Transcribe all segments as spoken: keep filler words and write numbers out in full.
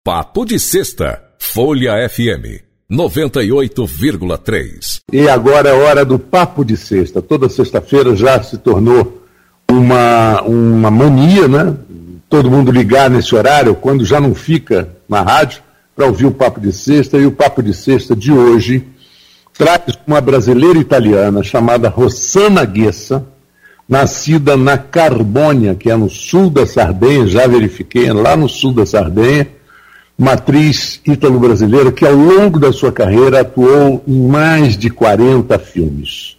Papo de Sexta, Folha F M, noventa e oito vírgula três. E agora é hora do Papo de Sexta. Toda sexta-feira já se tornou uma, uma mania, né? Todo mundo ligar nesse horário, quando já não fica na rádio, para ouvir o Papo de Sexta. E o Papo de Sexta de hoje traz uma brasileira italiana chamada Rossana Ghessa, nascida na Carbônia, que é no sul da Sardenha, já verifiquei, lá no sul da Sardenha, uma atriz ítalo-brasileira que ao longo da sua carreira atuou em mais de quarenta filmes.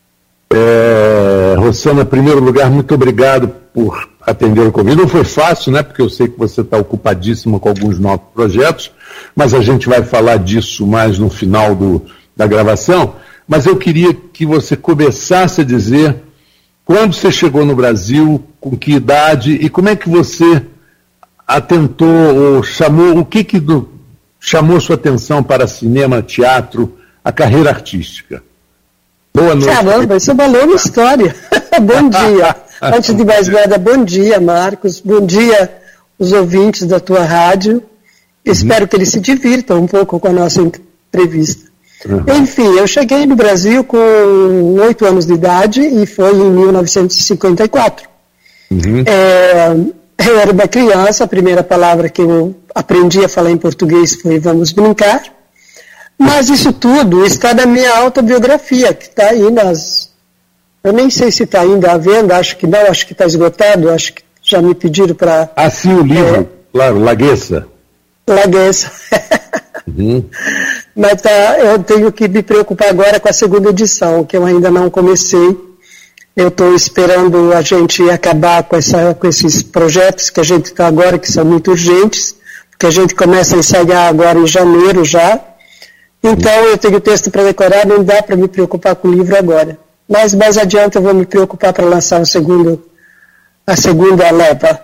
É, Rossana, em primeiro lugar, muito obrigado por atender o convite. Não foi fácil, né? Porque eu sei que você está ocupadíssima com alguns novos projetos, mas a gente vai falar disso mais no final do, da gravação. Mas eu queria que você começasse a dizer quando você chegou no Brasil, com que idade e como é que você atentou ou chamou, o que que do, chamou sua atenção para cinema, teatro, a carreira artística? Boa noite. Caramba, isso é uma longa história. Bom dia. Antes de mais nada, bom dia, Marcos. Bom dia, os ouvintes da tua rádio. Espero uhum. que eles se divirtam um pouco com a nossa entrevista. Uhum. Enfim, eu cheguei no Brasil com oito anos de idade e foi em mil novecentos e cinquenta e quatro. Uhum. É, eu era uma criança, a primeira palavra que eu aprendi a falar em português foi vamos brincar, mas isso tudo está na minha autobiografia, que está aí nas... Eu nem sei se está ainda à venda, acho que não, acho que está esgotado, acho que já me pediram para... Ah, sim, o livro, é, claro, La Ghessa. La Ghessa. Uhum. Mas tá, eu tenho que me preocupar agora com a segunda edição, que eu ainda não comecei. Eu estou esperando a gente acabar com, essa, com esses projetos que a gente está agora, que são muito urgentes, porque a gente começa a ensaiar agora em janeiro já. Então eu tenho texto para decorar, não dá para me preocupar com o livro agora. Mas mais adiante eu vou me preocupar para lançar o segundo, a segunda leva.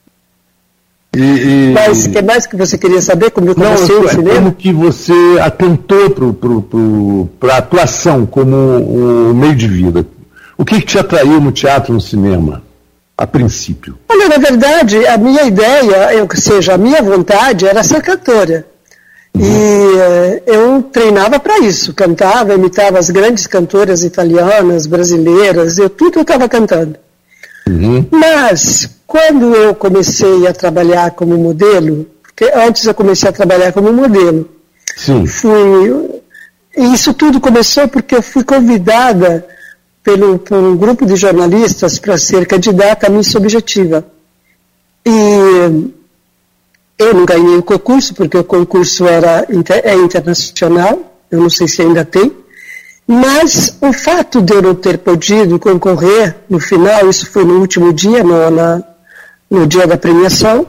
E, e... Mas o que mais que você queria saber? Como eu comecei no cinema? Como que você atentou para a atuação como um meio de vida? O que, que te atraiu no teatro, no cinema, a princípio? Olha, na verdade, a minha ideia, ou seja, a minha vontade era ser cantora. Uhum. E eu treinava para isso, cantava, imitava as grandes cantoras italianas, brasileiras, eu tudo eu estava cantando. Uhum. Mas, quando eu comecei a trabalhar como modelo, porque antes eu comecei a trabalhar como modelo, Sim. fui, e isso tudo começou porque eu fui convidada pelo, por um grupo de jornalistas para ser candidata à Miss Objetiva. E eu não ganhei o concurso, porque o concurso era, é internacional, eu não sei se ainda tem, mas o fato de eu não ter podido concorrer no final, isso foi no último dia, no, na, no dia da premiação,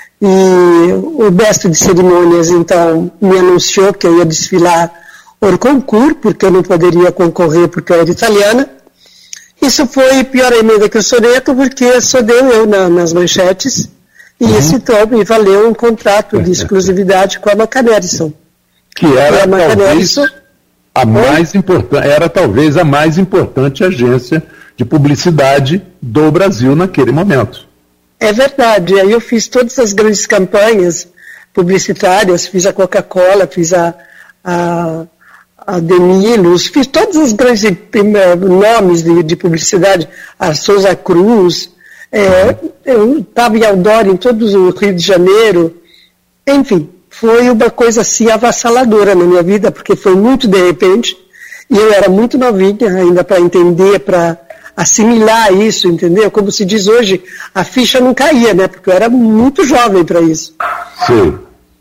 e o mestre de cerimônias, então, me anunciou que eu ia desfilar o concurso, porque eu não poderia concorrer porque eu era italiana. Isso foi pior ainda que o soneto, porque só deu eu na, nas manchetes, e uhum. isso então me valeu um contrato de exclusividade com a Macanelson. Que era talvez a mais importante, era talvez a mais importante agência de publicidade do Brasil naquele momento. É verdade, aí eu fiz todas as grandes campanhas publicitárias, fiz a Coca-Cola, fiz a, a, a Demilos, fiz todos os grandes nomes de, de publicidade, a Souza Cruz, é, eu estava em Outdoor em todo o Rio de Janeiro, enfim, foi uma coisa assim avassaladora na minha vida, porque foi muito de repente, e eu era muito novinha ainda para entender, para assimilar isso, entendeu? Como se diz hoje, a ficha não caía, né? Porque eu era muito jovem para isso. Sim.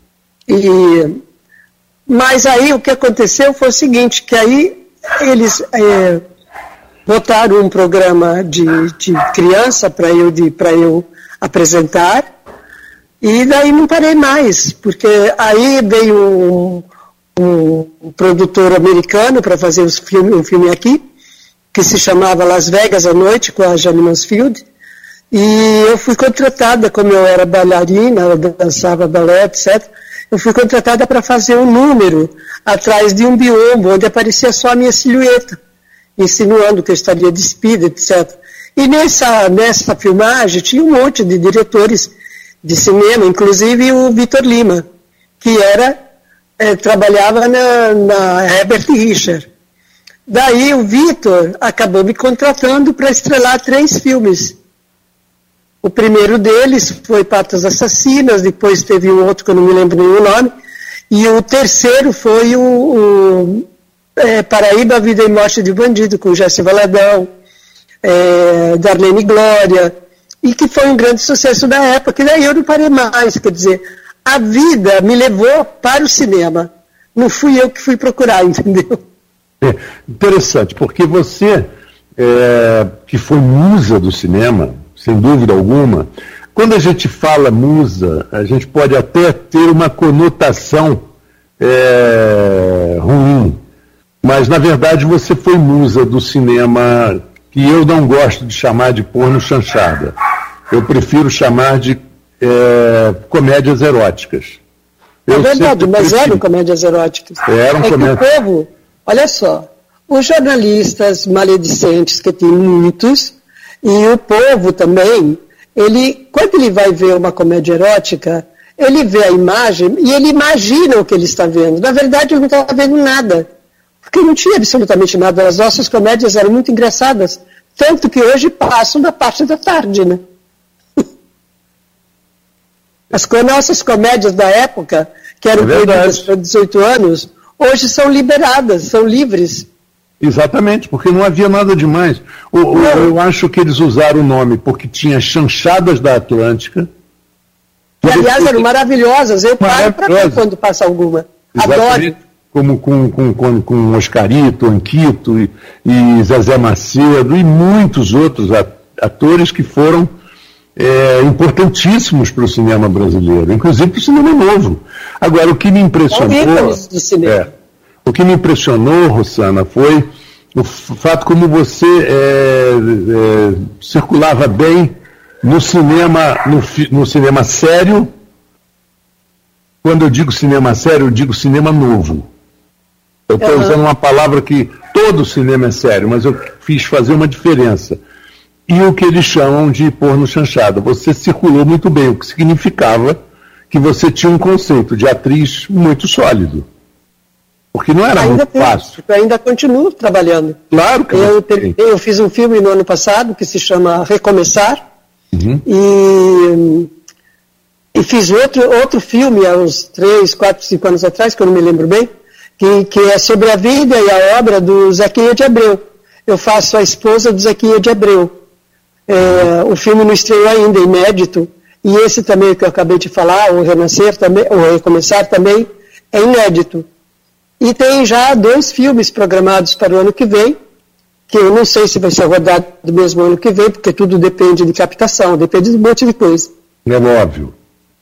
E, mas aí o que aconteceu foi o seguinte, que aí eles é, botaram um programa de, de criança para eu, de, para eu apresentar, e daí não parei mais, porque aí veio um, um, um produtor americano para fazer os filme, um filme aqui, que se chamava Las Vegas à Noite, com a Jane Mansfield, e eu fui contratada, como eu era bailarina, eu dançava balé, etcétera, eu fui contratada para fazer um número atrás de um biombo, onde aparecia só a minha silhueta, insinuando que eu estaria despida, etcétera. E nessa, nessa filmagem tinha um monte de diretores de cinema, inclusive o Vitor Lima, que era, é, trabalhava na, na Herbert Richard. Daí o Vitor acabou me contratando para estrelar três filmes. O primeiro deles foi Patas Assassinas, depois teve um outro que eu não me lembro nenhum nome, e o terceiro foi o, o é, Paraíba, Vida e Morte de Bandido, com Jesse Valadão, é, Darlene Glória, e que foi um grande sucesso da época, e daí eu não parei mais, quer dizer, a vida me levou para o cinema, não fui eu que fui procurar, entendeu? É interessante, porque você, é, que foi musa do cinema, sem dúvida alguma, quando a gente fala musa, a gente pode até ter uma conotação é, ruim, mas na verdade você foi musa do cinema que eu não gosto de chamar de porno chanchada. Eu prefiro chamar de é, comédias eróticas. É Eu verdade, mas prefiro... eram comédias eróticas. Eram é comédias... que o povo, olha só, os jornalistas maledicentes, que tem muitos, e o povo também, ele, quando ele vai ver uma comédia erótica, ele vê a imagem e ele imagina o que ele está vendo. Na verdade, ele não estava vendo nada. Porque não tinha absolutamente nada. As nossas comédias eram muito engraçadas. Tanto que hoje passam da parte da tarde, né? As nossas comédias da época, que eram proibidas para dezoito anos, hoje são liberadas, são livres. Exatamente, porque não havia nada demais. O, o, eu acho que eles usaram o nome porque tinha Chanchadas da Atlântica. Que, aliás, eram maravilhosas. Eu paro para ver quando passa alguma. Exatamente. Adoro. Como com, com, com, com Oscarito, Anquito e, e Zezé Macedo e muitos outros atores que foram é, importantíssimos para o cinema brasileiro, inclusive para o cinema novo. Agora, o que me impressionou... do cinema. É, o que me impressionou, Rossana, foi o fato como você é, é, circulava bem no cinema, no, no cinema sério. Quando eu digo cinema sério, eu digo cinema novo. Eu estou uhum. usando uma palavra que todo cinema é sério, mas eu fiz fazer uma diferença. E o que eles chamam de porno chanchada. Você circulou muito bem, o que significava que você tinha um conceito de atriz muito sólido. Porque não era ainda muito tem, fácil. Eu ainda continuo trabalhando. Claro que eu, tem. eu fiz um filme no ano passado que se chama Recomeçar. Uhum. E, e fiz outro, outro filme há uns três, quatro, cinco anos atrás, que eu não me lembro bem, que, que é sobre a vida e a obra do Zequinha de Abreu. Eu faço a esposa do Zequinha de Abreu. É, o filme não estreou ainda, inédito. E esse também que eu acabei de falar, o Renascer também, o Recomeçar também, é inédito. E tem já dois filmes programados para o ano que vem, que eu não sei se vai ser rodado do mesmo ano que vem, porque tudo depende de captação, depende de um monte de coisa. É óbvio.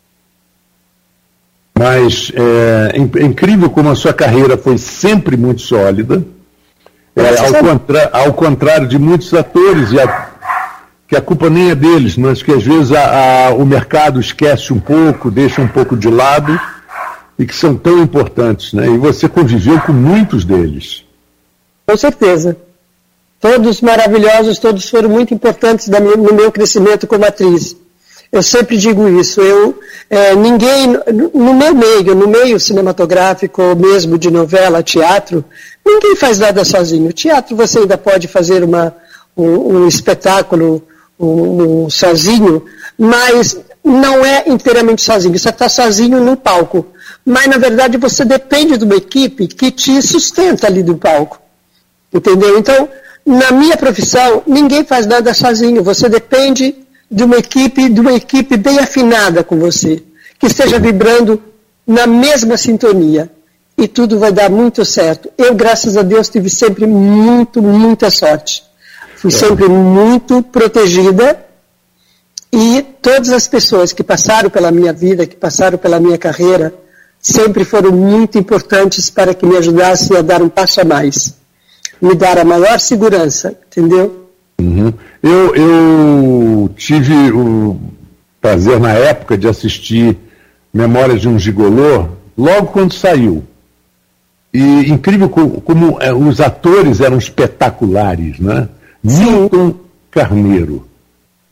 Mas é, é incrível como a sua carreira foi sempre muito sólida, é, ao, contra, ao contrário de muitos atores, e a, que a culpa nem é deles, mas que às vezes a, a, o mercado esquece um pouco, deixa um pouco de lado, e que são tão importantes, né? E você conviveu com muitos deles. Com certeza. Todos maravilhosos, todos foram muito importantes no meu crescimento como atriz. Eu sempre digo isso. Eu, é, ninguém, no meu meio, no meio cinematográfico, ou mesmo de novela, teatro, ninguém faz nada sozinho. Teatro você ainda pode fazer uma, um, um espetáculo um, um, sozinho, mas não é inteiramente sozinho. Você está sozinho no palco. Mas, na verdade, você depende de uma equipe que te sustenta ali do palco. Entendeu? Então, na minha profissão, ninguém faz nada sozinho. Você depende de uma equipe, de uma equipe bem afinada com você, que esteja vibrando na mesma sintonia. E tudo vai dar muito certo. Eu, graças a Deus, tive sempre muito, muita sorte. Fui sempre muito protegida. E todas as pessoas que passaram pela minha vida, que passaram pela minha carreira, sempre foram muito importantes para que me ajudassem a dar um passo a mais. Me dar a maior segurança, entendeu? Uhum. Eu, eu tive o prazer na época de assistir Memórias de um Gigolô, logo quando saiu. E incrível como, como é, os atores eram espetaculares, né? Milton Carneiro.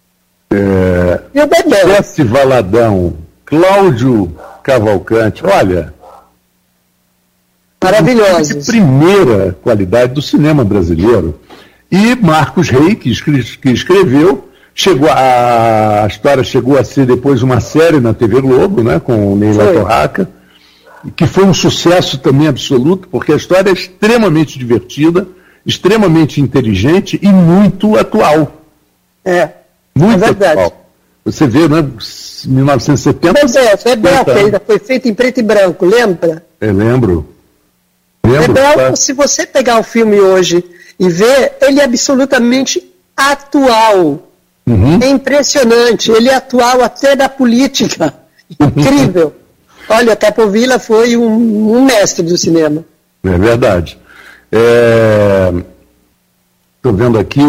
É, e o Bebel. Jesse Valadão, Cláudio Cavalcante, olha, maravilhosos. De primeira qualidade do cinema brasileiro. E Marcos Rey, que, escre que escreveu, chegou a, a história chegou a ser depois uma série na T V Globo, né, com o Neila Torraca, que foi um sucesso também absoluto, porque a história é extremamente divertida, extremamente inteligente e muito atual. É, muito é verdade. atual. Você vê, né, mil novecentos e setenta... Bebel, Bebel, que ainda foi feito em preto e branco, lembra? Eu lembro. lembro Bebel, tá? Se você pegar o filme hoje e ver, ele é absolutamente atual. Uhum. É impressionante, ele é atual até da política. Incrível. Olha, Capovilla foi um, um mestre do cinema. É verdade. Estou é... vendo aqui o,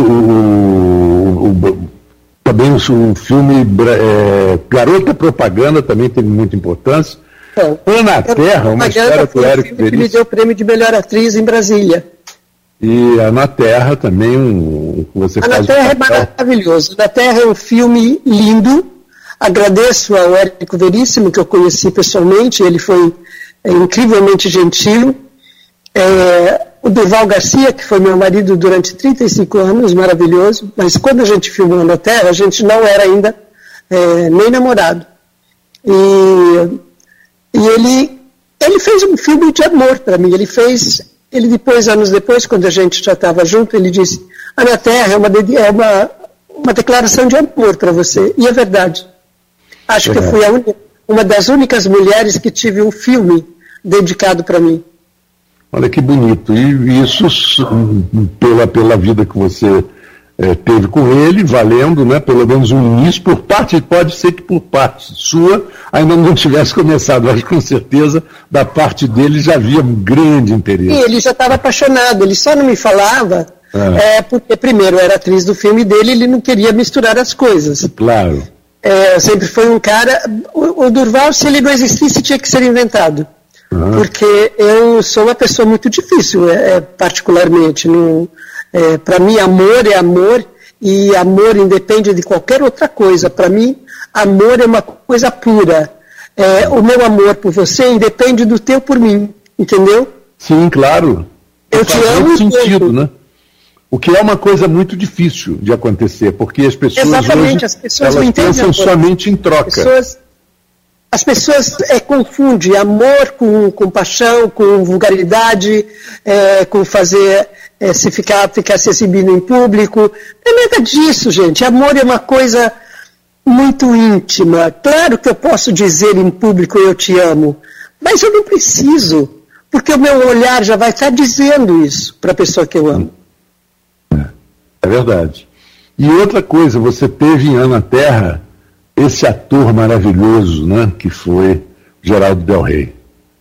o, o, também o, o filme é, Garota Propaganda também teve muita importância. Então, Ana Terra, uma história do Érico Veríssimo. Que me deu o prêmio de melhor atriz em Brasília. E a Na Terra também, um, você a faz Na Terra um é maravilhoso. Na Terra é um filme lindo. Agradeço ao Érico Veríssimo, que eu conheci pessoalmente, ele foi é, incrivelmente gentil. É, o Durval Garcia, que foi meu marido durante trinta e cinco anos, maravilhoso, mas quando a gente filmou Na Terra, a gente não era ainda é, nem namorado. E, e ele, ele fez um filme de amor para mim, ele fez... Ele depois, anos depois, quando a gente já estava junto, ele disse, a Na Terra é uma, é uma, uma declaração de amor para você. E é verdade. Acho é. que eu fui a un... uma das únicas mulheres que tive um filme dedicado para mim. Olha que bonito. E isso, pela, pela vida que você é, teve com ele, valendo, né, pelo menos um início, por parte, pode ser que por parte sua ainda não tivesse começado, mas com certeza da parte dele já havia um grande interesse. E ele já estava apaixonado, ele só não me falava, é. É, porque primeiro era atriz do filme dele, ele não queria misturar as coisas. Claro. É, sempre foi um cara, o, o Durval, se ele não existisse, tinha que ser inventado. Uhum. Porque eu sou uma pessoa muito difícil, é, particularmente, não... É, para mim, amor é amor, e amor independe de qualquer outra coisa. Para mim, amor é uma coisa pura. É, o meu amor por você independe do teu por mim, entendeu? Sim, claro. Eu te amo muito sentido, né? O que é uma coisa muito difícil de acontecer, porque as pessoas Exatamente, hoje, as pessoas elas não entendem pensam somente em troca. As pessoas, as pessoas é, confundem amor com, com paixão, com vulgaridade, é, com fazer... É, se ficar, ficar se exibindo em público. Não é nada disso, gente. Amor é uma coisa muito íntima. Claro que eu posso dizer em público eu te amo, mas eu não preciso, porque o meu olhar já vai estar dizendo isso para a pessoa que eu amo. É, é verdade. E outra coisa, você teve em Ana Terra esse ator maravilhoso, né, que foi Geraldo Del Rey.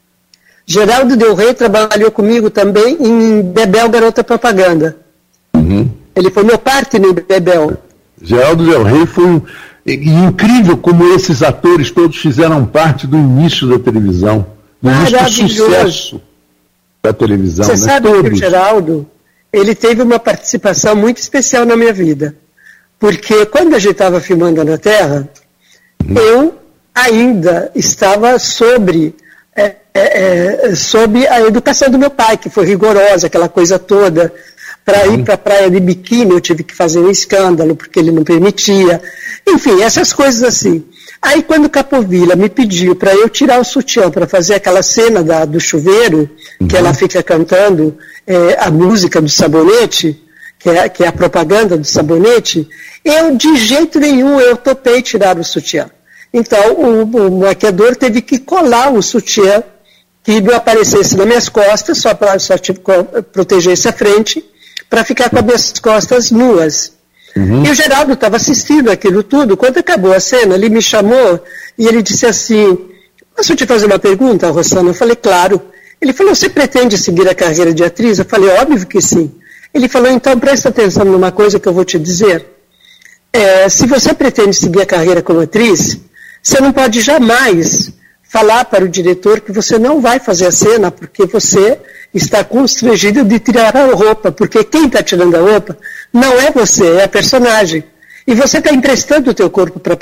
Geraldo Del Rey trabalhou comigo também em Bebel, Garota Propaganda. Uhum. Ele foi meu partner em Bebel. Geraldo Del Rey foi um, e, incrível como esses atores todos fizeram parte do início da televisão, do início do sucesso da televisão. Você né? sabe todos. que o Geraldo, ele teve uma participação muito especial na minha vida. Porque quando a gente estava filmando Na Terra, uhum. eu ainda estava sobre... É, é, é, sob a educação do meu pai, que foi rigorosa, aquela coisa toda. Para uhum. ir para a praia de biquíni, eu tive que fazer um escândalo, porque ele não permitia. Enfim, essas coisas assim. Aí, quando o Capovilla me pediu para eu tirar o sutiã para fazer aquela cena da, do chuveiro, uhum. que ela fica cantando é, a música do sabonete, que é, que é a propaganda do sabonete, eu, de jeito nenhum, eu topei tirar o sutiã. Então, o, o maquiador teve que colar o sutiã que não aparecesse nas minhas costas, só para só, tipo, protegesse a frente, para ficar com as minhas costas nuas. Uhum. E o Geraldo estava assistindo aquilo tudo. Quando acabou a cena, ele me chamou e ele disse assim, posso te fazer uma pergunta, Rossana? Eu falei, claro. Ele falou, você pretende seguir a carreira de atriz? Eu falei, óbvio que sim. Ele falou, então presta atenção numa coisa que eu vou te dizer. É, se você pretende seguir a carreira como atriz, você não pode jamais falar para o diretor que você não vai fazer a cena porque você está constrangido de tirar a roupa, porque quem está tirando a roupa não é você, é a personagem. E você está emprestando o teu corpo para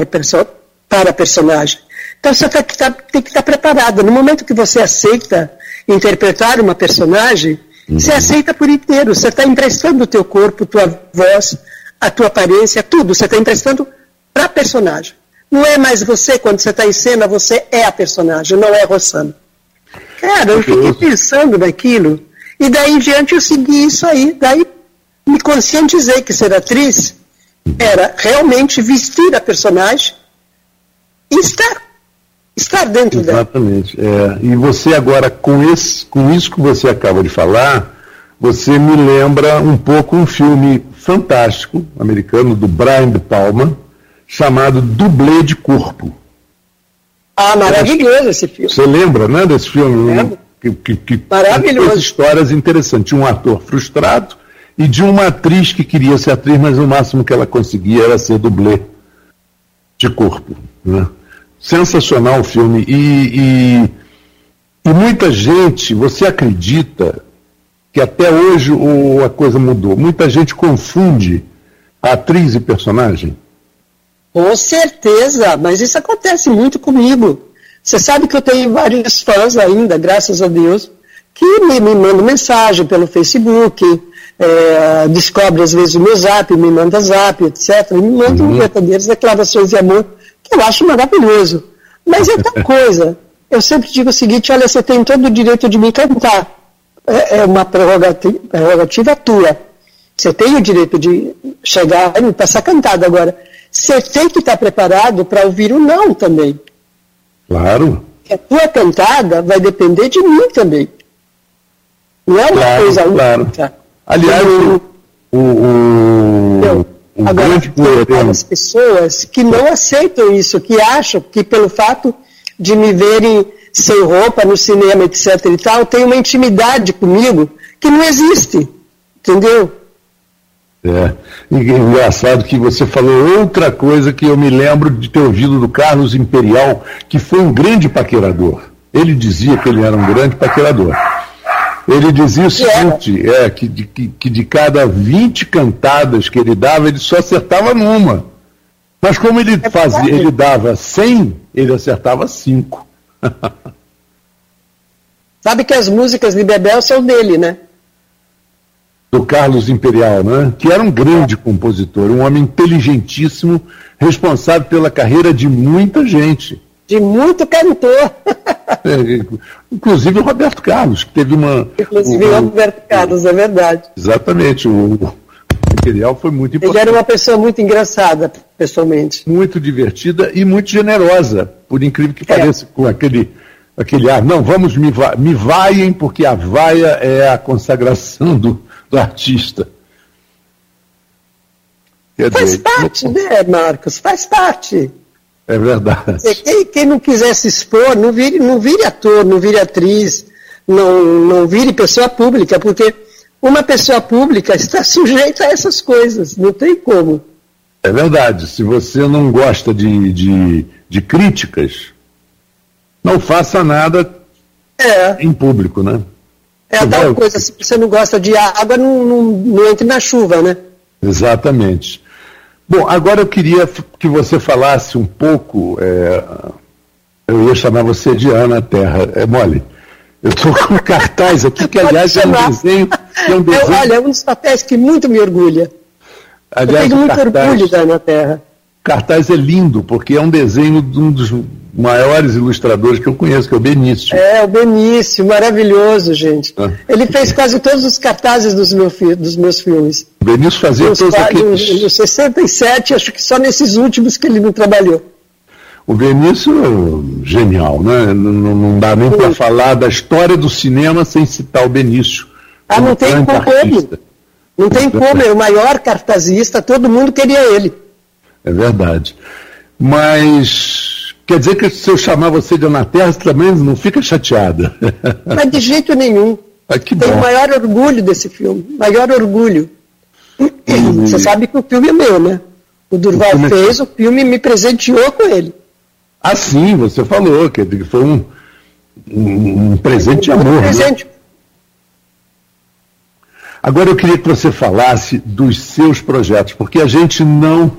a personagem. Então você tá, tá, tem que estar tá preparado. No momento que você aceita interpretar uma personagem, uhum. você aceita por inteiro. Você está emprestando o teu corpo, tua voz, a tua aparência, tudo. Você está emprestando para a personagem. Não é mais você, quando você está em cena, você é a personagem, não é Rossano. Cara, eu fiquei pensando naquilo, e daí em diante eu segui isso aí. Daí me conscientizei que ser atriz era realmente vestir a personagem e estar, estar dentro dela. Exatamente. É. E você agora, com, esse, com isso que você acaba de falar, você me lembra um pouco um filme fantástico, americano, do Brian De Palma, chamado Dublê de Corpo. Ah, maravilhoso esse filme. Você lembra, né, desse filme? Lembro. Que, que, que maravilhoso. Histórias interessantes. De um ator frustrado e de uma atriz que queria ser atriz, mas o máximo que ela conseguia era ser dublê de corpo. Né? Sensacional o filme. E, e, e muita gente, você acredita que até hoje o, a coisa mudou? Muita gente confunde atriz e personagem? Com certeza, mas isso acontece muito comigo. Você sabe que eu tenho vários fãs ainda, graças a Deus, que me, me mandam mensagem pelo Facebook, é, descobre às vezes o meu zap, me manda zap, etcétera, e me mandam uhum. verdadeiras declarações de amor, que eu acho maravilhoso. Mas é outra coisa. Eu sempre digo o seguinte: olha, você tem todo o direito de me cantar. É, é uma prerrogativa, prerrogativa tua. Você tem o direito de chegar e me passar cantado. Agora, você tem que estar preparado para ouvir o não também. Claro. A tua cantada vai depender de mim também. Não é uma claro, coisa claro. única. Aliás, o, o, o, o agora, grande tem as pessoas que não aceitam isso, que acham que pelo fato de me verem sem roupa no cinema, etc e tal, tem uma intimidade comigo que não existe. Entendeu? É, e engraçado que você falou outra coisa que eu me lembro de ter ouvido do Carlos Imperial, que foi um grande paquerador. Ele dizia que ele era um grande paquerador. Ele dizia o seguinte, é, que, de, que, que de cada vinte cantadas que ele dava, ele só acertava numa. Mas como ele fazia, ele dava cem, ele acertava cinco. Sabe que as músicas de Bebel são dele, né? Do Carlos Imperial, né? Que era um grande compositor, um homem inteligentíssimo, responsável pela carreira de muita gente. De muito cantor. É, inclusive o Roberto Carlos, que teve uma... Inclusive o Roberto Carlos, é verdade. Exatamente, o, o Imperial foi muito importante. Ele era uma pessoa muito engraçada, pessoalmente. Muito divertida e muito generosa, por incrível que pareça, é. com aquele... aquele ar, não, vamos me, va me vaiem, porque a vaia é a consagração do, do artista. Quer faz dizer, parte, eu... né, Marcos? Faz parte. É verdade. Quem, quem não quiser se expor, não vire, não vire ator, não vire atriz, não, não vire pessoa pública, porque uma pessoa pública está sujeita a essas coisas, não tem como. É verdade. Se você não gosta de, de, de críticas, não faça nada é. em público, né? É a tal coisa, se você não gosta de água, não, não, não entre na chuva, né? Exatamente. Bom, agora eu queria que você falasse um pouco, é, eu ia chamar você de Ana Terra, é mole. Eu estou com um cartaz aqui, que aliás é um desenho... É um desenho... Eu, olha, é um dos papéis que muito me orgulha. Aliás, eu tenho muito cartaz, orgulho da Ana Terra. O cartaz é lindo, porque é um desenho de um dos maiores ilustradores que eu conheço, que é o Benício. É, o Benício, maravilhoso, gente. Ah. Ele fez quase todos os cartazes dos, meu fi dos meus filmes. O Benício fazia nos, todos aqueles... Nos sessenta e sete, acho que só nesses últimos que ele não trabalhou. O Benício, genial, né? Não, não dá nem para falar da história do cinema sem citar o Benício. Ah, não tem como. Artista. Não tem como, é o maior cartazista, todo mundo queria ele. É verdade. Mas... Quer dizer que se eu chamar você de Ana Terra, você também não fica chateada? Mas de jeito nenhum. Ah, que Tenho o maior orgulho desse filme. Maior orgulho. E... Você sabe que o filme é meu, né? O Durval o fez, é... o filme me presenteou com ele. Ah, sim, você falou que foi um, um, um presente de amor. Um presente. Né? Agora eu queria que você falasse dos seus projetos, porque a gente não,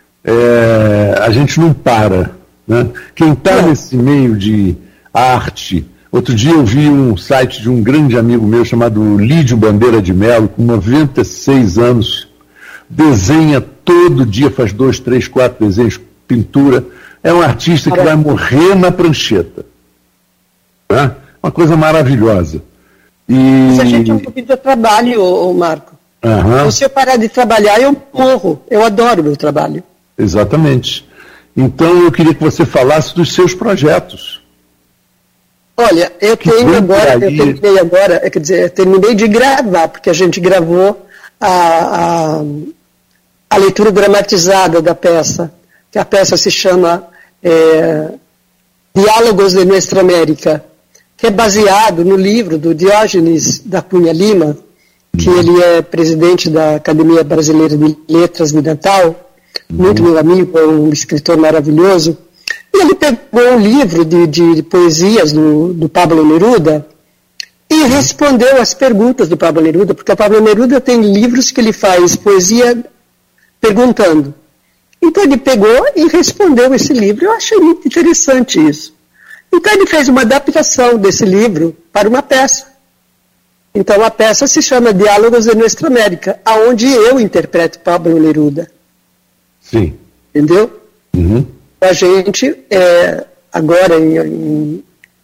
é, a gente não para, né? Quem está nesse meio de arte... Outro dia eu vi um site de um grande amigo meu chamado Lídio Bandeira de Melo, com noventa e seis anos, desenha todo dia, faz dois, três, quatro desenhos, pintura. É um artista que vai morrer na prancheta. Né? Uma coisa maravilhosa. E... Mas a gente é um pouquinho de trabalho, Marco. Uhum. Se eu parar de trabalhar, eu morro. Eu adoro meu trabalho. Exatamente. Então eu queria que você falasse dos seus projetos. Olha, eu que tenho agora, eu terminei agora, quer dizer, eu terminei de gravar, porque a gente gravou a, a, a leitura dramatizada da peça, que a peça se chama é, Diálogos de Nuestra América, que é baseado no livro do Diógenes da Cunha Lima, que uhum. ele é presidente da Academia Brasileira de Letras de Natal, uhum. muito meu amigo, é um escritor maravilhoso. E ele pegou um livro de, de, de poesias do, do Pablo Neruda e respondeu às perguntas do Pablo Neruda, porque o Pablo Neruda tem livros que ele faz poesia perguntando. Então ele pegou e respondeu esse livro. Eu achei muito interessante isso. Então ele fez uma adaptação desse livro para uma peça. Então a peça se chama Diálogos de Nuestra América, aonde eu interpreto Pablo Neruda. Sim. Entendeu? Uhum. A gente, é, agora em, em,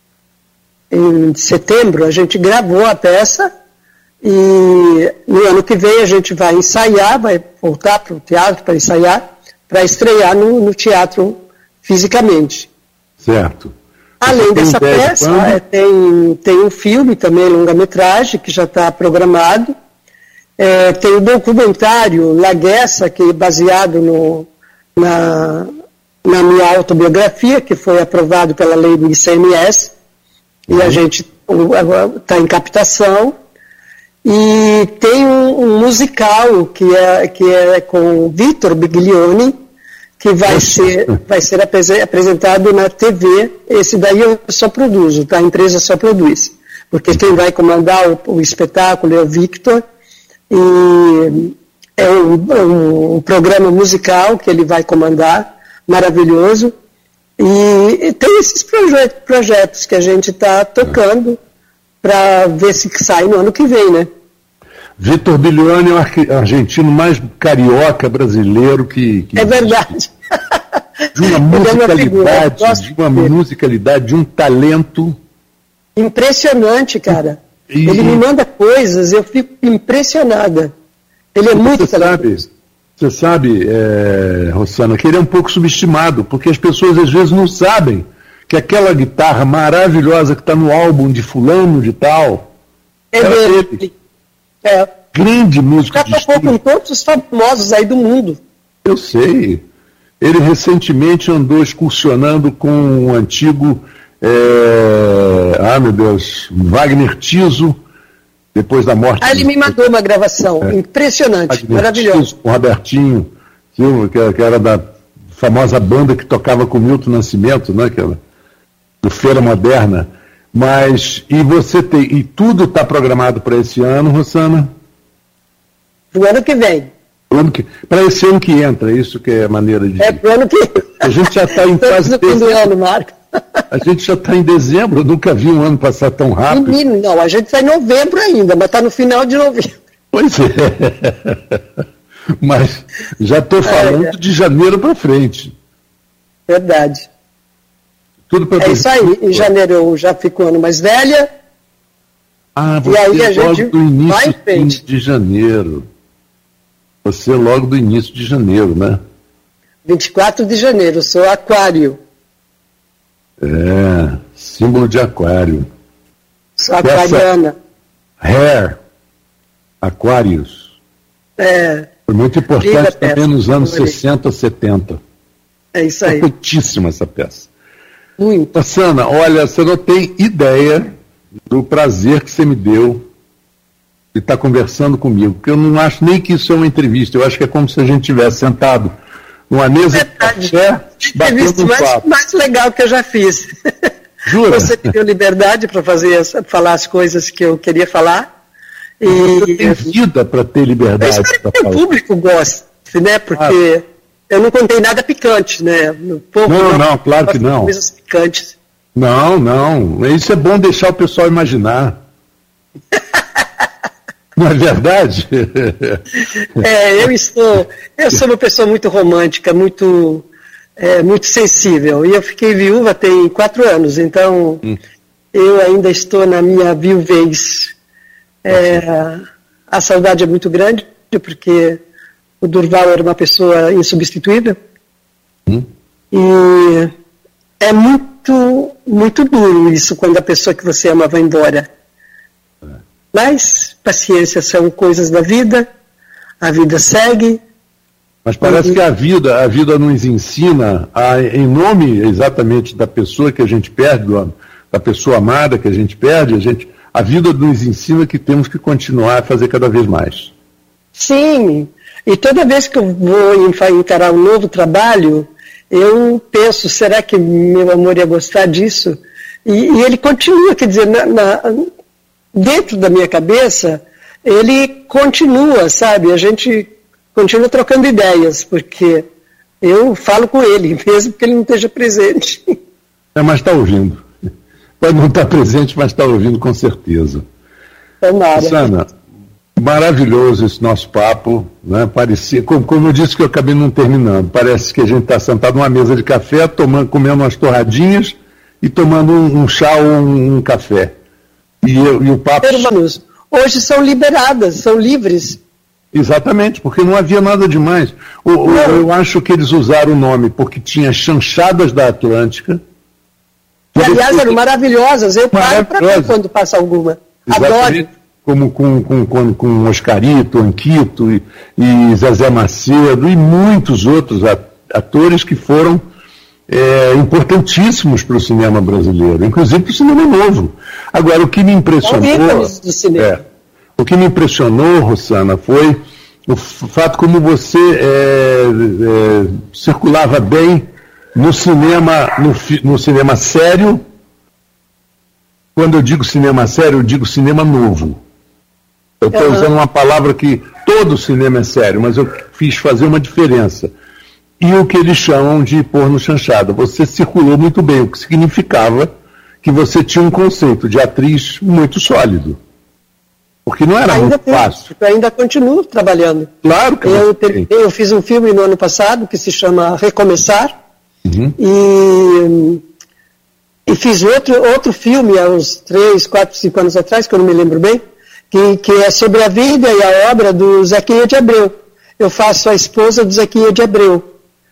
em setembro, a gente gravou a peça e no ano que vem a gente vai ensaiar, vai voltar para o teatro para ensaiar, para estrear no, no teatro fisicamente. Certo. Além Você dessa peça, é, tem, tem um filme também, longa-metragem, que já está programado. É, tem o documentário La Guessa, que é baseado no, na... na minha autobiografia, que foi aprovado pela lei do I C M S, uhum. e a gente está em captação, e tem um, um musical que é, que é com Vitor Biglione, que vai ser, vai ser apresentado na T V. Esse daí eu só produzo, tá? A empresa só produz, porque quem vai comandar o, o espetáculo é o Victor, e é um, um, um programa musical que ele vai comandar, maravilhoso, e, e tem esses projet, projetos que a gente está tocando para ver se sai no ano que vem, né? Vitor Biglione é o argentino mais carioca brasileiro que... que é verdade. De uma musicalidade, é de uma dele. musicalidade, de um talento... Impressionante, cara. E... Ele me manda coisas, eu fico impressionada. Ele é muito talentoso. Você sabe, é, Rossana, que ele é um pouco subestimado, porque as pessoas às vezes não sabem que aquela guitarra maravilhosa que está no álbum de fulano de tal, é dele. É. Grande músico já de tocou estúdio. com todos os famosos aí do mundo. Eu sei. Ele recentemente andou excursionando com um antigo, é, ah meu Deus, Wagner Tiso, depois da morte... Ah, ele me mandou uma gravação, é. impressionante, Wagner maravilhoso. Com o Robertinho Silva, que era da famosa banda que tocava com Milton Nascimento, né, que era do Feira Moderna. Mas, e você tem, e tudo está programado para esse ano, Rossana? Para o ano que vem. Para esse ano que entra, isso que é a maneira de... É para o ano que a gente já está em quase... do ano, Marco. A gente já está em dezembro, eu nunca vi um ano passar tão rápido. Menino, não, a gente está em novembro ainda, mas está no final de novembro. Pois é. Mas já estou falando é, é. de janeiro para frente. Verdade. Tudo para É isso aí, em janeiro eu já fico um ano mais velha. Ah, você e aí a logo gente do início vai em frente. de janeiro. Você logo do início de janeiro, né? vinte e quatro de janeiro, eu sou aquário. É, símbolo de aquário. Sou aquariana. Hair, Aquários. É. Foi muito importante também peça, nos anos sessenta, setenta. É isso aí. É muitíssima essa peça. Muito. Rossana, olha, você não tem ideia do prazer que você me deu de estar conversando comigo, porque eu não acho nem que isso é uma entrevista, eu acho que é como se a gente estivesse sentado numa mesa é de café, batendo um mais, papo. mais legal que eu já fiz. Jura? Você me deu liberdade para fazer, falar as coisas que eu queria falar, E tem vida para ter liberdade. Eu espero que o público goste, né? Porque ah. eu não contei nada picante, né? O povo não, não, não, claro que não. Coisas picantes. Não, não. Isso é bom deixar o pessoal imaginar. Não é verdade? É, eu estou. Eu sou uma pessoa muito romântica, muito, é, muito sensível. E eu fiquei viúva tem quatro anos, então hum. eu ainda estou na minha viuvez. É, a saudade é muito grande, porque o Durval era uma pessoa insubstituível. Hum. E é muito, muito duro isso, quando a pessoa que você ama vai embora. Mas, paciência, são coisas da vida, a vida segue. Mas parece e... que a vida, a vida nos ensina, a, em nome exatamente da pessoa que a gente perde, da pessoa amada que a gente perde, a, gente, a vida nos ensina que temos que continuar a fazer cada vez mais. Sim, e toda vez que eu vou encarar um novo trabalho, eu penso, será que meu amor ia gostar disso? E, e ele continua, quer dizer, na... na dentro da minha cabeça, ele continua, sabe? A gente continua trocando ideias, porque eu falo com ele, mesmo que ele não esteja presente. É, mas está ouvindo. Pode não estar presente, mas está ouvindo com certeza. Tomara. Susana, maravilhoso esse nosso papo, né? Parecia, como, como eu disse que eu acabei não terminando, parece que a gente está sentado numa mesa de café, tomando, comendo umas torradinhas e tomando um, um chá ou um, um café. E, e o papo... Irmãos, hoje são liberadas, são livres. Exatamente, porque não havia nada demais. O, o, eu acho que eles usaram o nome porque tinha chanchadas da Atlântica. E, aliás, eram maravilhosas. Eu paro para ver quando passa alguma. Adoro. Como com, com, com, com Oscarito, Anquito e, e Zezé Macedo e muitos outros atores que foram É, importantíssimos para o cinema brasileiro, inclusive para o cinema novo. Agora, o que me impressionou, é, o que me impressionou, Rosana, foi o fato como você é, é, circulava bem no cinema, no, no cinema sério. Quando eu digo cinema sério, eu digo cinema novo. Eu estou uhum. usando uma palavra que todo cinema é sério, mas eu fiz fazer uma diferença. E o que eles chamam de porno chanchada. Você circulou muito bem, o que significava que você tinha um conceito de atriz muito sólido. Porque não era ainda muito tem, fácil. Eu ainda continuo trabalhando. Claro que eu, ter, eu fiz um filme no ano passado que se chama Recomeçar. Uhum. E, e fiz outro, outro filme há uns três, quatro, cinco anos atrás, que eu não me lembro bem, que, que é sobre a vida e a obra do Zequinha de Abreu. Eu faço a esposa do Zequinha de Abreu.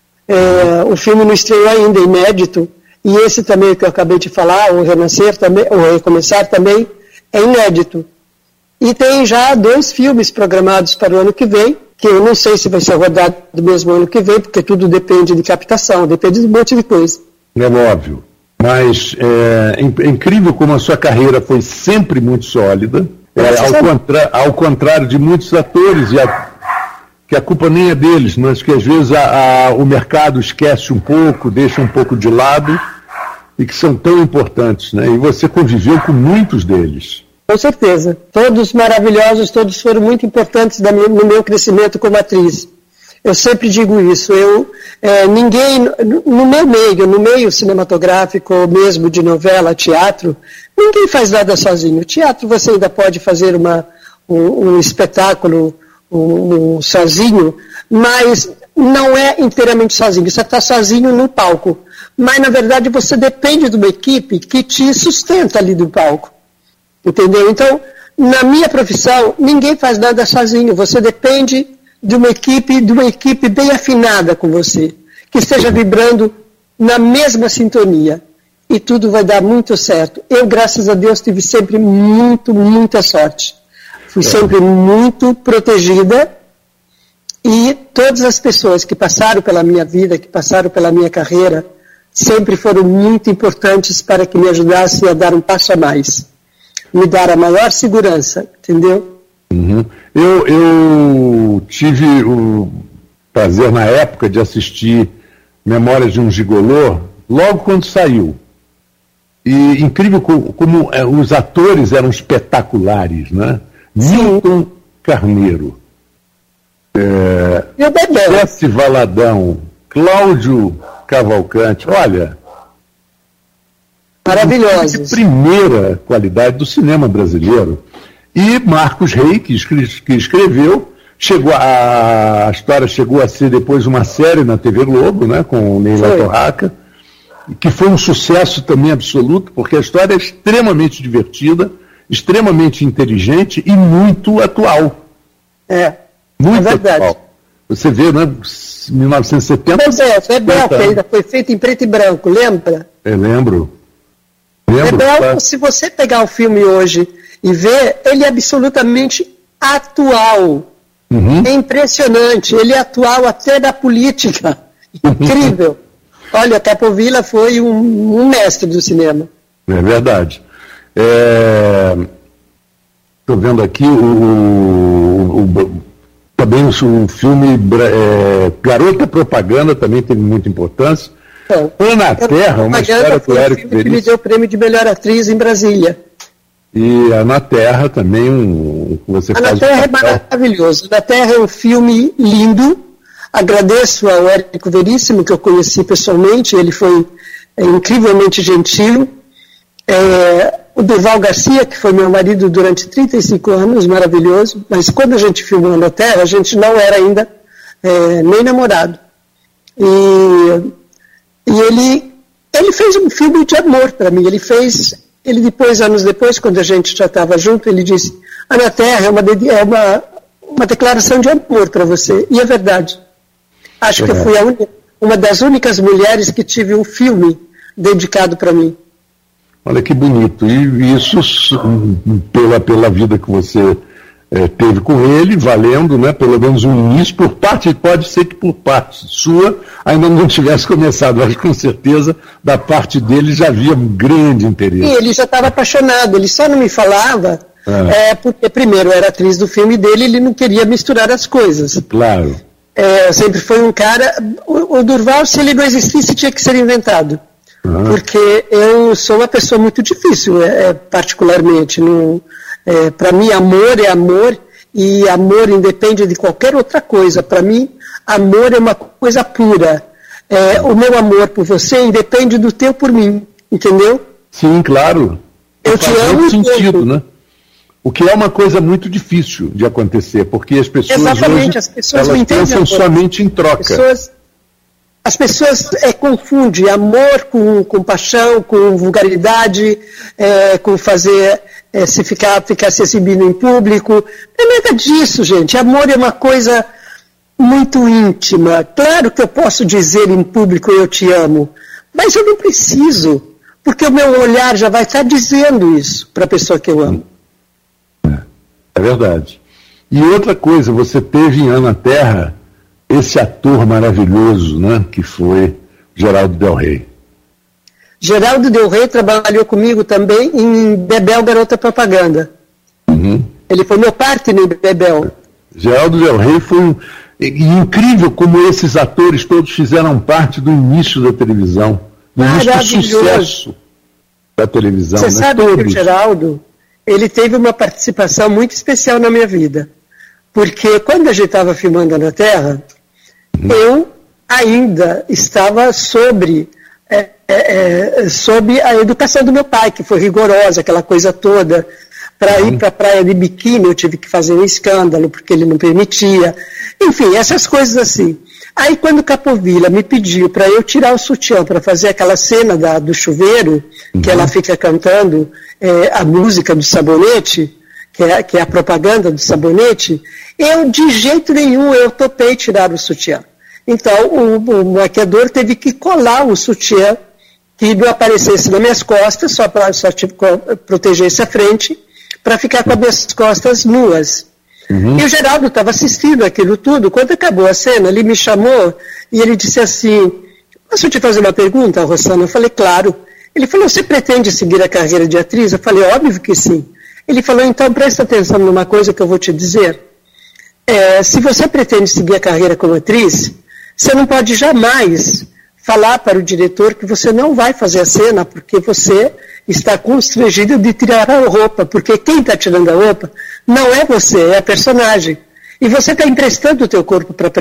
É, o filme não estreou ainda, inédito, e esse também que eu acabei de falar, o Renascer também, o Recomeçar também, é inédito. E tem já dois filmes programados para o ano que vem, que eu não sei se vai ser rodado do mesmo ano que vem, porque tudo depende de captação, depende de um monte de coisa. É óbvio, mas é, é incrível como a sua carreira foi sempre muito sólida, é, ao, contra, ao contrário de muitos atores e a, que a culpa nem é deles, mas que às vezes a, a, o mercado esquece um pouco, deixa um pouco de lado, e que são tão importantes, né? E você conviveu com muitos deles. Com certeza. Todos maravilhosos, todos foram muito importantes da, no meu crescimento como atriz. Eu sempre digo isso. Eu, é, ninguém, no meu meio, no meio cinematográfico, ou mesmo de novela, teatro, ninguém faz nada sozinho. Teatro você ainda pode fazer uma, um, um espetáculo Um, um, sozinho, mas não é inteiramente sozinho, você está sozinho no palco, mas na verdade você depende de uma equipe que te sustenta ali do palco, entendeu? Então, na minha profissão, ninguém faz nada sozinho, você depende de uma equipe, de uma equipe bem afinada com você, que esteja vibrando na mesma sintonia, e tudo vai dar muito certo. Eu, graças a Deus, tive sempre muito, muita sorte. Fui sempre muito protegida e todas as pessoas que passaram pela minha vida, que passaram pela minha carreira, sempre foram muito importantes para que me ajudassem a dar um passo a mais, me dar a maior segurança, entendeu? Uhum. Eu, eu tive o prazer na época de assistir Memórias de um Gigolô, logo quando saiu. E incrível como, como é, os atores eram espetaculares, né? Milton Carneiro, é, Jesse Valadão, Cláudio Cavalcante, olha, maravilhosos. De primeira qualidade do cinema brasileiro. E Marcos Rey, que, escre que escreveu, chegou a, a história chegou a ser depois uma série na T V Globo, né, com Neila Torraca, que foi um sucesso também absoluto, porque a história é extremamente divertida, extremamente inteligente e muito atual. É, muito é verdade. Atual. Você vê, né, mil novecentos e setenta... Bebel, Bebel, que ainda foi feito em preto e branco, lembra? Eu lembro. lembro Bebel, tá? Se você pegar o filme hoje e ver, ele é absolutamente atual. Uhum. É impressionante, ele é atual até da política. Incrível. Olha, Capovilla foi um, um mestre do cinema. É verdade. Estou é... vendo aqui o, o, o, também o, o filme é, Garota Propaganda também teve muita importância. Então, Ana Terra, uma história do Érico Veríssimo. Que me deu o prêmio de melhor atriz em Brasília. E Ana Terra também, um, você Ana faz Terra um é maravilhoso. Ana Terra é um filme lindo. Agradeço ao Érico Veríssimo, que eu conheci pessoalmente, ele foi é, incrivelmente gentil. É, o Durval Garcia, que foi meu marido durante trinta e cinco anos, maravilhoso, mas quando a gente filmou Ana Terra, a gente não era ainda é, nem namorado. E, e ele, ele fez um filme de amor para mim, ele fez, ele depois, anos depois, quando a gente já estava junto, ele disse, Ana Terra é uma, é uma, uma declaração de amor para você, e é verdade. Acho que eu fui a un... uma das únicas mulheres que tive um filme dedicado para mim. Olha que bonito. E isso, pela, pela vida que você é, teve com ele, valendo, né, pelo menos um início, por parte, pode ser que por parte sua ainda não tivesse começado, mas com certeza da parte dele já havia um grande interesse. E ele já estava apaixonado, ele só não me falava, é. É, porque primeiro era atriz do filme dele, ele não queria misturar as coisas. Claro. É, sempre foi um cara... O, o Durval, se ele não existisse, tinha que ser inventado. Uhum. Porque eu sou uma pessoa muito difícil, é, particularmente. É, para mim, amor é amor, e amor independe de qualquer outra coisa. Para mim, amor é uma coisa pura. É, o meu amor por você independe do teu por mim, entendeu? Sim, claro. Eu te amo sentido, né? O que é uma coisa muito difícil de acontecer, porque as pessoas Exatamente, hoje, as pessoas elas não pensam somente em troca. As pessoas, as pessoas é, confundem amor com, com paixão, com vulgaridade, é, com fazer é, se ficar, ficar se exibindo em público. Não é nada disso, gente. Amor é uma coisa muito íntima. Claro que eu posso dizer em público eu te amo, mas eu não preciso, porque o meu olhar já vai estar dizendo isso para a pessoa que eu amo. É verdade. E outra coisa, você teve em Ana Terra esse ator maravilhoso, né, que foi Geraldo Del Rey. Geraldo Del Rey trabalhou comigo também em Bebel, Garota Propaganda. Uhum. Ele foi meu partner em Bebel. Geraldo Del Rey foi um, e, incrível como esses atores todos fizeram parte do início da televisão, do início do sucesso da televisão. Você né? sabe todos. que o Geraldo, ele teve uma participação muito especial na minha vida. Porque quando a gente estava filmando Ana Terra, hum. eu ainda estava sobre, é, é, sobre a educação do meu pai, que foi rigorosa, aquela coisa toda. Para hum. ir para a praia de biquíni, eu tive que fazer um escândalo, porque ele não permitia. Enfim, essas coisas assim. Aí quando Capovilla me pediu para eu tirar o sutiã para fazer aquela cena da, do chuveiro, uhum. que ela fica cantando é, a música do sabonete, que é, que é a propaganda do sabonete, eu de jeito nenhum eu topei tirar o sutiã. Então o, o maquiador teve que colar o sutiã que não aparecesse nas minhas costas, só para só, tipo, protegesse a frente, para ficar com as minhas costas nuas. Uhum. E o Geraldo estava assistindo aquilo tudo. Quando acabou a cena, ele me chamou e ele disse assim, posso te fazer uma pergunta, Rossana? Eu falei, claro. Ele falou, você pretende seguir a carreira de atriz? Eu falei, óbvio que sim. Ele falou, então presta atenção numa coisa que eu vou te dizer. É, se você pretende seguir a carreira como atriz, você não pode jamais falar para o diretor que você não vai fazer a cena, porque você está constrangido de tirar a roupa, porque quem está tirando a roupa não é você, é a personagem. E você está emprestando o teu corpo para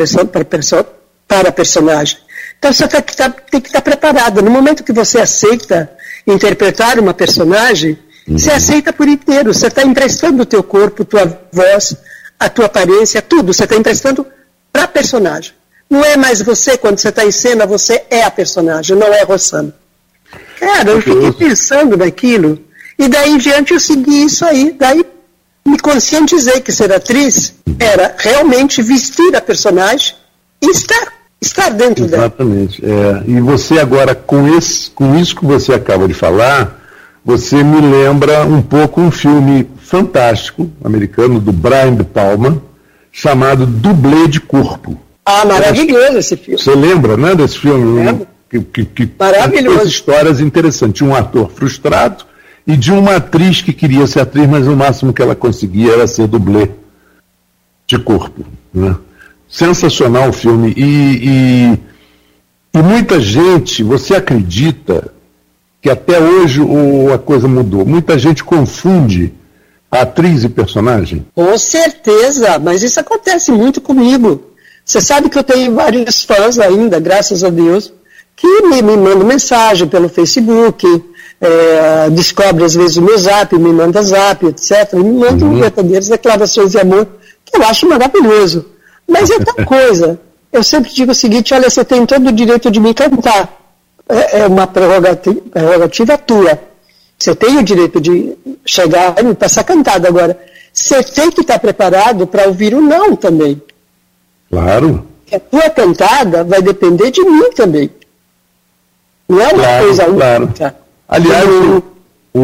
a personagem. Então você tá, tá, tem que estar preparado. No momento que você aceita interpretar uma personagem, uhum. você aceita por inteiro. Você está emprestando o teu corpo, tua voz, a tua aparência, tudo. Você está emprestando para a personagem. Não é mais você, quando você está em cena, você é a personagem, não é a Rossana. Cara, eu fiquei pensando naquilo, e daí em diante eu segui isso aí. Daí me conscientizei que ser atriz era realmente vestir a personagem e estar, estar dentro dela. Exatamente. É. E você agora, com, esse, com isso que você acaba de falar, você me lembra um pouco um filme fantástico, americano, do Brian De Palma, chamado Dublê de Corpo. Ah, maravilhoso esse filme. Você lembra, né, desse filme? Lembro. Que, que, que maravilhoso. Tem histórias interessantes. De um ator frustrado e de uma atriz que queria ser atriz, mas o máximo que ela conseguia era ser dublê de corpo. Né? Sensacional o filme. E, e, e muita gente, você acredita que até hoje o, a coisa mudou? Muita gente confunde a atriz e personagem? Com certeza, mas isso acontece muito comigo. Você sabe que eu tenho vários fãs ainda, graças a Deus, que me, me mandam mensagem pelo Facebook, é, descobre às vezes o meu zap, me manda zap, etcétera. E me mandam uhum. verdadeiras declarações de amor, que eu acho maravilhoso. Mas é tal coisa. Eu sempre digo o seguinte: olha, você tem todo o direito de me cantar. É, é uma prerrogativa, prerrogativa tua. Você tem o direito de chegar e me passar cantada. Agora, você tem que estar preparado para ouvir o não também. Claro. A tua cantada vai depender de mim também. Não é uma claro, coisa claro. única. Aliás, o, o,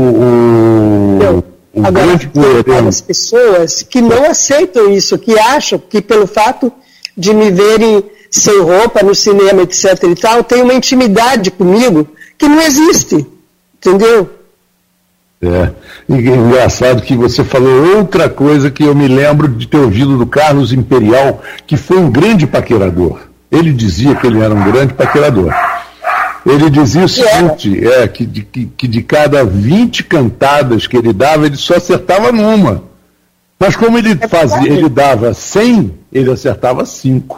o, o Agora, grande coerente... as pessoas que não aceitam isso, que acham que pelo fato de me verem sem roupa no cinema, etc e tal, tem uma intimidade comigo que não existe. Entendeu? É. E engraçado que você falou outra coisa que eu me lembro de ter ouvido do Carlos Imperial, que foi um grande paquerador. Ele dizia que ele era um grande paquerador. Ele dizia o seguinte, é, que, de, que, que de cada vinte cantadas que ele dava, ele só acertava numa. Mas como ele fazia, ele dava cem, ele acertava cinco.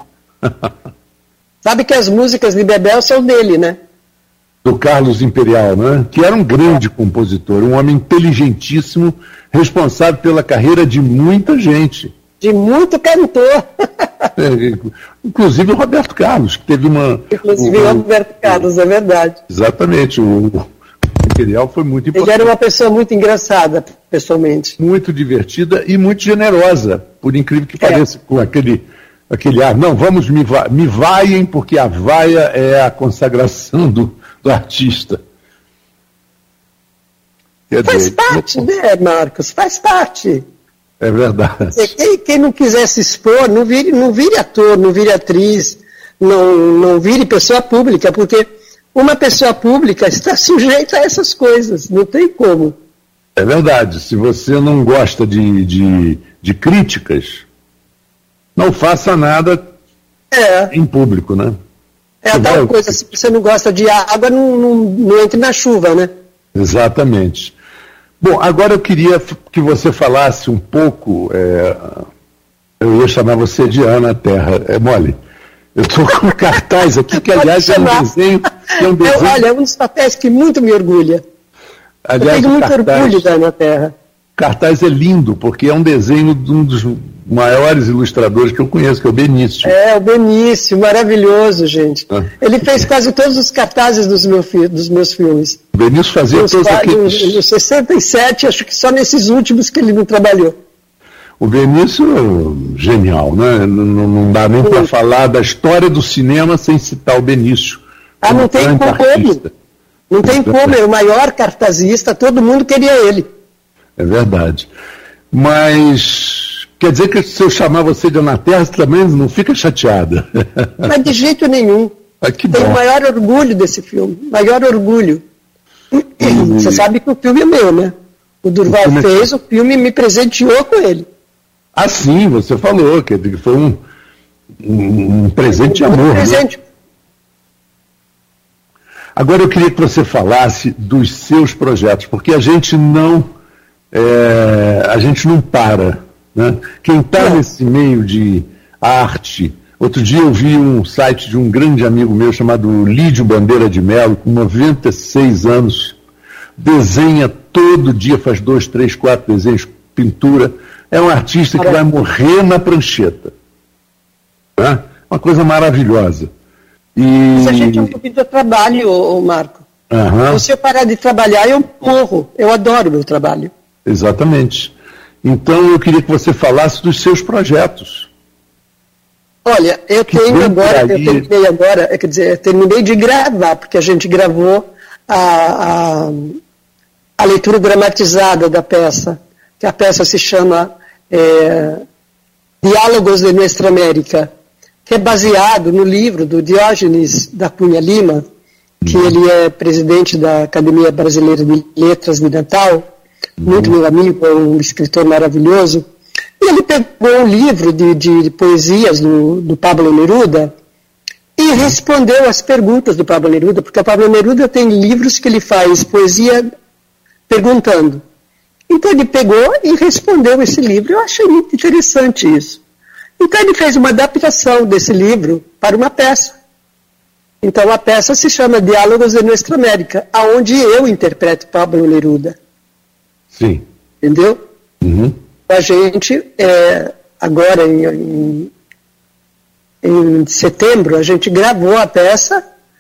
Sabe que as músicas de Bebel são dele, né? Do Carlos Imperial, né? Que era um grande compositor, um homem inteligentíssimo, responsável pela carreira de muita gente. De muito cantor. É, inclusive o Roberto Carlos, que teve uma... Inclusive o Roberto Carlos, é verdade. Exatamente, o, o Imperial foi muito importante. Ele era uma pessoa muito engraçada, pessoalmente. Muito divertida e muito generosa, por incrível que pareça, é. com aquele, aquele ar, não, vamos me, va me vaiem, porque a vaia é a consagração do, do artista. Quer faz dizer, parte, né, Marcos? Faz parte. É verdade. Quem, quem não quiser se expor, não vire, não vire ator, não vire atriz, não, não vire pessoa pública, porque uma pessoa pública está sujeita a essas coisas, não tem como. É verdade. Se você não gosta de, de, de críticas, não faça nada é. em público, né? É a tal coisa, se você não gosta de água, não, não, não entre na chuva, né? Exatamente. Bom, agora eu queria que você falasse um pouco, é, eu ia chamar você de Ana Terra, é mole? Eu estou com cartaz aqui, que aliás é um desenho... É um desenho... Eu, olha, é um dos papéis que muito me orgulha. Aliás, eu tenho muito cartaz, orgulho da Ana Terra. O cartaz é lindo, porque é um desenho de um dos maiores ilustradores que eu conheço, que é o Benício. É, o Benício, maravilhoso, gente. Ah. Ele fez quase todos os cartazes dos, meu, dos meus filmes. O Benício fazia Nos, todos aqueles... Nos sessenta e sete, acho que só nesses últimos que ele não trabalhou. O Benício, genial, né? Não, não dá nem para falar da história do cinema sem citar o Benício. Ah, não tem como. Artista. Não tem como, é o maior cartazista, todo mundo queria ele. É verdade. Mas quer dizer que se eu chamar você de Ana Terra, você também não fica chateada? Mas de jeito nenhum. Ah, que Tenho o maior orgulho desse filme, maior orgulho. E... Você sabe que o filme é meu, né? O Durval o fez, é... o filme me presenteou com ele. Ah, sim, você falou que foi um, um, um presente de amor. Um presente. Né? Agora eu queria que você falasse dos seus projetos, porque a gente não, é, a gente não para, né? Quem está nesse meio de arte, outro dia eu vi um site de um grande amigo meu chamado Lídio Bandeira de Mello, com noventa e seis anos, desenha todo dia, faz dois, três, quatro desenhos, pintura, é um artista que vai morrer na prancheta, né? Uma coisa maravilhosa. E... Mas a gente é um pouquinho de trabalho, ô, ô Marco. Uhum. Se eu parar de trabalhar, eu morro. Eu adoro o meu trabalho. Exatamente. Então eu queria que você falasse dos seus projetos. Olha, eu que tenho agora, eu terminei agora, quer dizer, eu terminei de gravar, porque a gente gravou a, a, a leitura dramatizada da peça, que a peça se chama é, Diálogos de Nuestra América, que é baseado no livro do Diógenes da Cunha Lima, que uhum. ele é presidente da Academia Brasileira de Letras de Natal, uhum. muito meu amigo, é um escritor maravilhoso, e ele pegou um livro de, de, de poesias do, do Pablo Neruda e respondeu às perguntas do Pablo Neruda, porque o Pablo Neruda tem livros que ele faz poesia perguntando. Então ele pegou e respondeu esse livro. Eu achei muito interessante isso. Então ele fez uma adaptação desse livro para uma peça. Então a peça se chama Diálogos de Nuestra América, aonde eu interpreto Pablo Neruda. Sim. Entendeu? Uhum. A gente, é, agora em, em, em setembro, a gente gravou a peça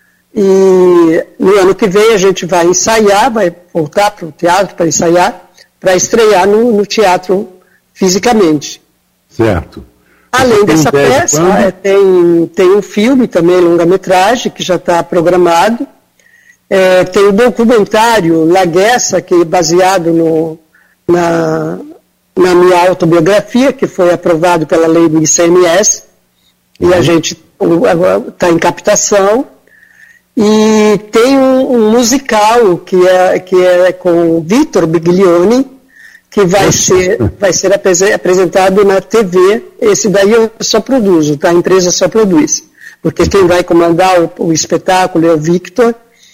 e no ano que vem a gente vai ensaiar, vai voltar para o teatro para ensaiar, para estrear no, no teatro fisicamente. Certo. Além dessa peça, é, tem, tem um filme também, longa-metragem, que já está programado. É, tem o documentário La Guessa, que é baseado no, na, na minha autobiografia, que foi aprovado pela lei do I C M S. Uhum. E a gente está em captação. E tem um, um musical que é, que é com Vitor Biglione, que vai ser, vai ser apresentado na T V. Esse daí eu só produzo, tá? A empresa só produz. Porque quem vai comandar o, o espetáculo é o Victor,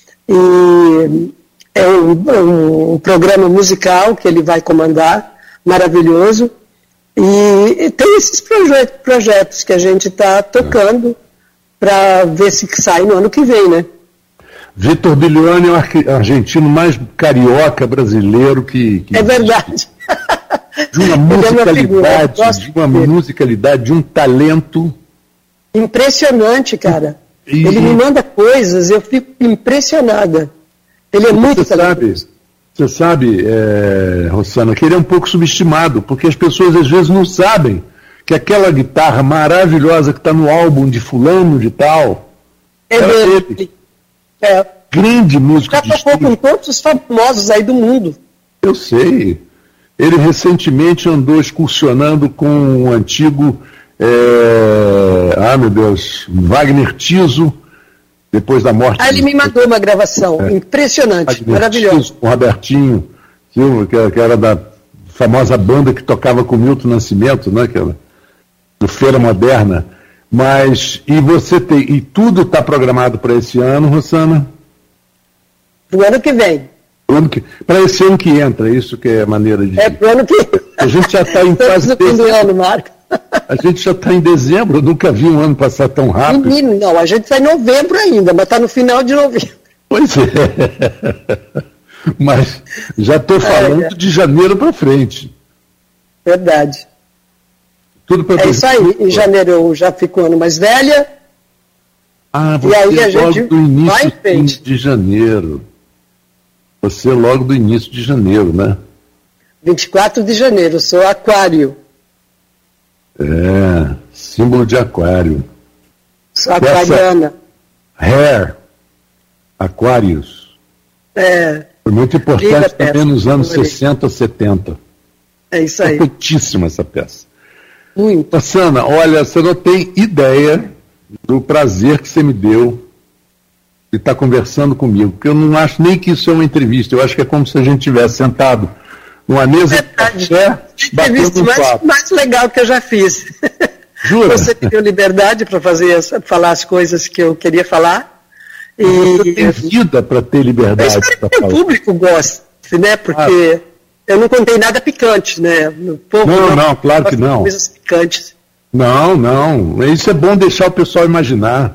e é um, um, um programa musical que ele vai comandar, maravilhoso. E, e tem esses projet, projetos que a gente está tocando para ver se sai no ano que vem, né? Vitor Biglione é o argentino mais carioca brasileiro que... que é verdade. De uma musicalidade, é de uma musicalidade, de um talento... Impressionante, cara. E... Ele me manda coisas, eu fico impressionada. Ele é muito você talentoso. Sabe, você sabe, é, Rossana, que ele é um pouco subestimado, porque as pessoas às vezes não sabem que aquela guitarra maravilhosa que está no álbum de fulano de tal... É dele. É. Grande músico de estilo. Já tocou com todos os famosos aí do mundo. Eu sei. Ele recentemente andou excursionando com um antigo, é... ah meu Deus, Wagner Tiso, depois da morte. Ah, ele me mandou uma gravação, é. impressionante, maravilhoso. Com o Robertinho Silva, que era da famosa banda que tocava com Milton Nascimento, né, que era do Feira Moderna. Mas, e você tem, e tudo está programado para esse ano, Rossana? Para o ano que vem. Para esse ano que entra, isso que é a maneira de... É para o ano que... A gente já está em quase... No fim do ano, Marco. A gente já está em dezembro, eu nunca vi um ano passar tão rápido. Menino, não, a gente está em novembro ainda, mas está no final de novembro. Pois é. Mas já estou falando é, é. de janeiro para frente. Verdade. Tudo para é isso aí, em janeiro eu já fico um ano mais velha. Ah, você e aí a logo gente do início vai de janeiro. Você logo do início de janeiro, né? vinte e quatro de janeiro, sou aquário. É, símbolo de aquário. Sou aquariana. Hair, Aquários. É. Foi muito importante também nos anos sessenta, setenta. É isso aí. Importantíssima essa peça. Muito. Rossana, olha, você não tem ideia do prazer que você me deu de estar conversando comigo, porque eu não acho nem que isso é uma entrevista, eu acho que é como se a gente estivesse sentado numa mesa é de café, batendo um mais, papo. mais legal que eu já fiz. Jura? Você me deu liberdade para fazer, falar as coisas que eu queria falar, E você tem vida para ter liberdade. Eu espero que o público goste, né? Porque ah. eu não contei nada picante, né? O povo não, não, não, claro que não. Coisas picantes. Não, não. Isso é bom deixar o pessoal imaginar.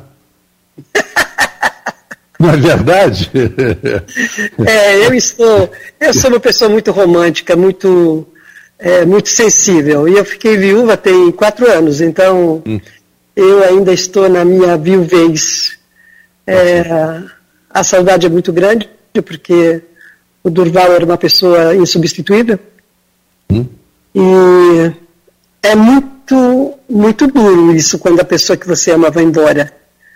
Não é verdade? É, eu estou. Eu sou uma pessoa muito romântica, muito, é, muito sensível. E eu fiquei viúva tem quatro anos, então hum. eu ainda estou na minha viuvez. É, a saudade é muito grande, porque o Durval era uma pessoa insubstituível. Hum. E é muito, muito duro isso quando a pessoa que você ama vai embora.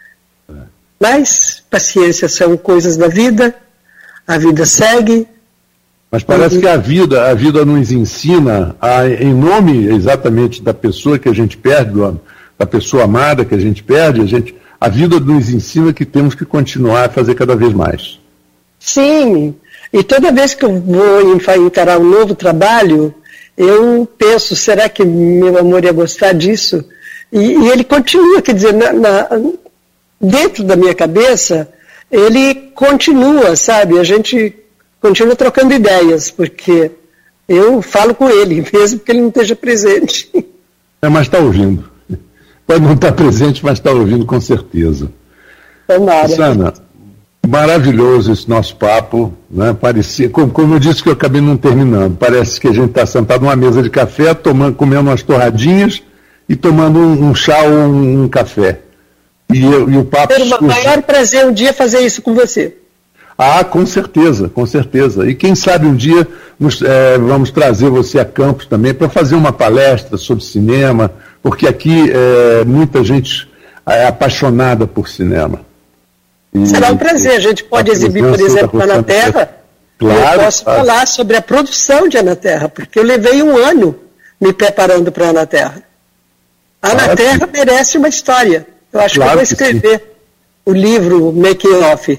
Mas, paciência, são coisas da vida, a vida segue. Mas parece que a vida, a vida nos ensina, a, em nome exatamente da pessoa que a gente perde, da pessoa amada que a gente perde, a, gente, a vida nos ensina que temos que continuar a fazer cada vez mais. Sim, e toda vez que eu vou encarar um novo trabalho, eu penso, será que meu amor ia gostar disso? E, e ele continua, quer dizer, na... na dentro da minha cabeça, ele continua, sabe? A gente continua trocando ideias, porque eu falo com ele, mesmo que ele não esteja presente. É, mas está ouvindo. Pode não estar presente, mas está ouvindo com certeza. Tomara. Susana, maravilhoso esse nosso papo, né? Parecia, como, como eu disse que eu acabei não terminando, parece que a gente está sentado numa mesa de café, tomando, comendo umas torradinhas e tomando um, um chá ou um, um café. E, e o papo. Foi o maior prazer um dia fazer isso com você. Ah, com certeza, com certeza. E quem sabe um dia nos, é, vamos trazer você a Campos também para fazer uma palestra sobre cinema, porque aqui é, muita gente é apaixonada por cinema. E, será um prazer. A gente pode a exibir, por exemplo, Ana Terra. Claro. Eu posso claro. falar sobre a produção de Ana Terra, porque eu levei um ano me preparando para Ana Terra. Ana ah, Terra sim. merece uma história. Eu acho claro que eu vou escrever o livro Making Off.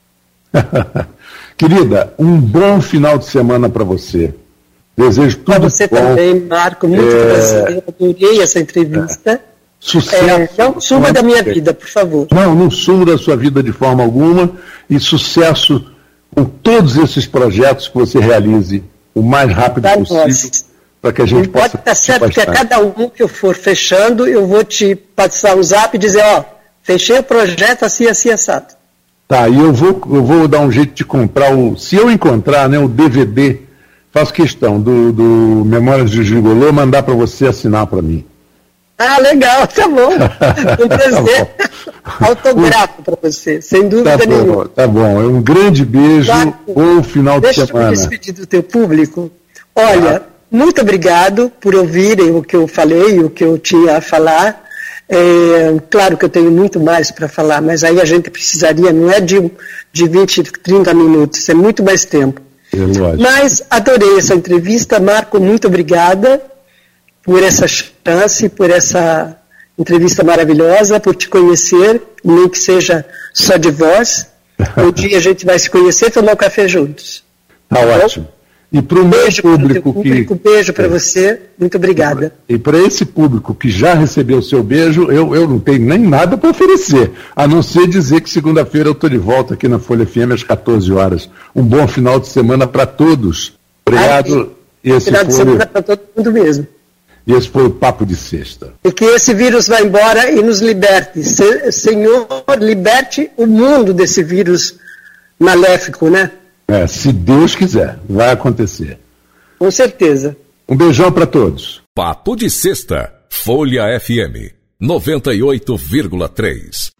Querida, um bom final de semana para você. Desejo tudo para você bom. também, Marco. Muito é... prazer. Eu adorei essa entrevista. É. Sucesso. É, não suma da minha vida, por favor. Não, não sumo da sua vida de forma alguma. E sucesso com todos esses projetos que você realize o mais rápido pra possível. Nós. Para que a gente possa. Pode estar certo que a cada um que eu for fechando, eu vou te passar um zap e dizer, ó, fechei o projeto assim, assim, assado. Tá, e eu vou, eu vou dar um jeito de comprar o. Se eu encontrar, né, o D V D, faço questão do, do Memórias de Gigolô, mandar para você assinar para mim. Ah, legal, tá bom. Um prazer. Tá Autografo para você, sem dúvida tá nenhuma. Bom, tá bom, é um grande beijo, tá. Bom final Deixa de semana. Deixa eu me despedir do teu público. Olha. Tá. Muito obrigado por ouvirem o que eu falei, o que eu tinha a falar. É, claro que eu tenho muito mais para falar, mas aí a gente precisaria, não é de, de vinte, trinta minutos, é muito mais tempo. É lógico. Mas adorei essa entrevista, Marco, muito obrigada por essa chance, por essa entrevista maravilhosa, por te conhecer, nem que seja só de voz. Um dia a gente vai se conhecer e tomar um café juntos. Tá ótimo. E para o meu público, público que... beijo para você, muito obrigada. E para esse público que já recebeu o seu beijo, eu, eu não tenho nem nada para oferecer, a não ser dizer que segunda-feira eu estou de volta aqui na Folha F M às quatorze horas. Um bom final de semana para todos. Obrigado. E esse final foi... de semana para todo mundo mesmo. E esse foi o Papo de Sexta. E que esse vírus vá embora e nos liberte. Senhor, liberte o mundo desse vírus maléfico, né? É, se Deus quiser, vai acontecer. Com certeza. Um beijão para todos. Papo de Sexta, Folha F M, noventa e oito vírgula três.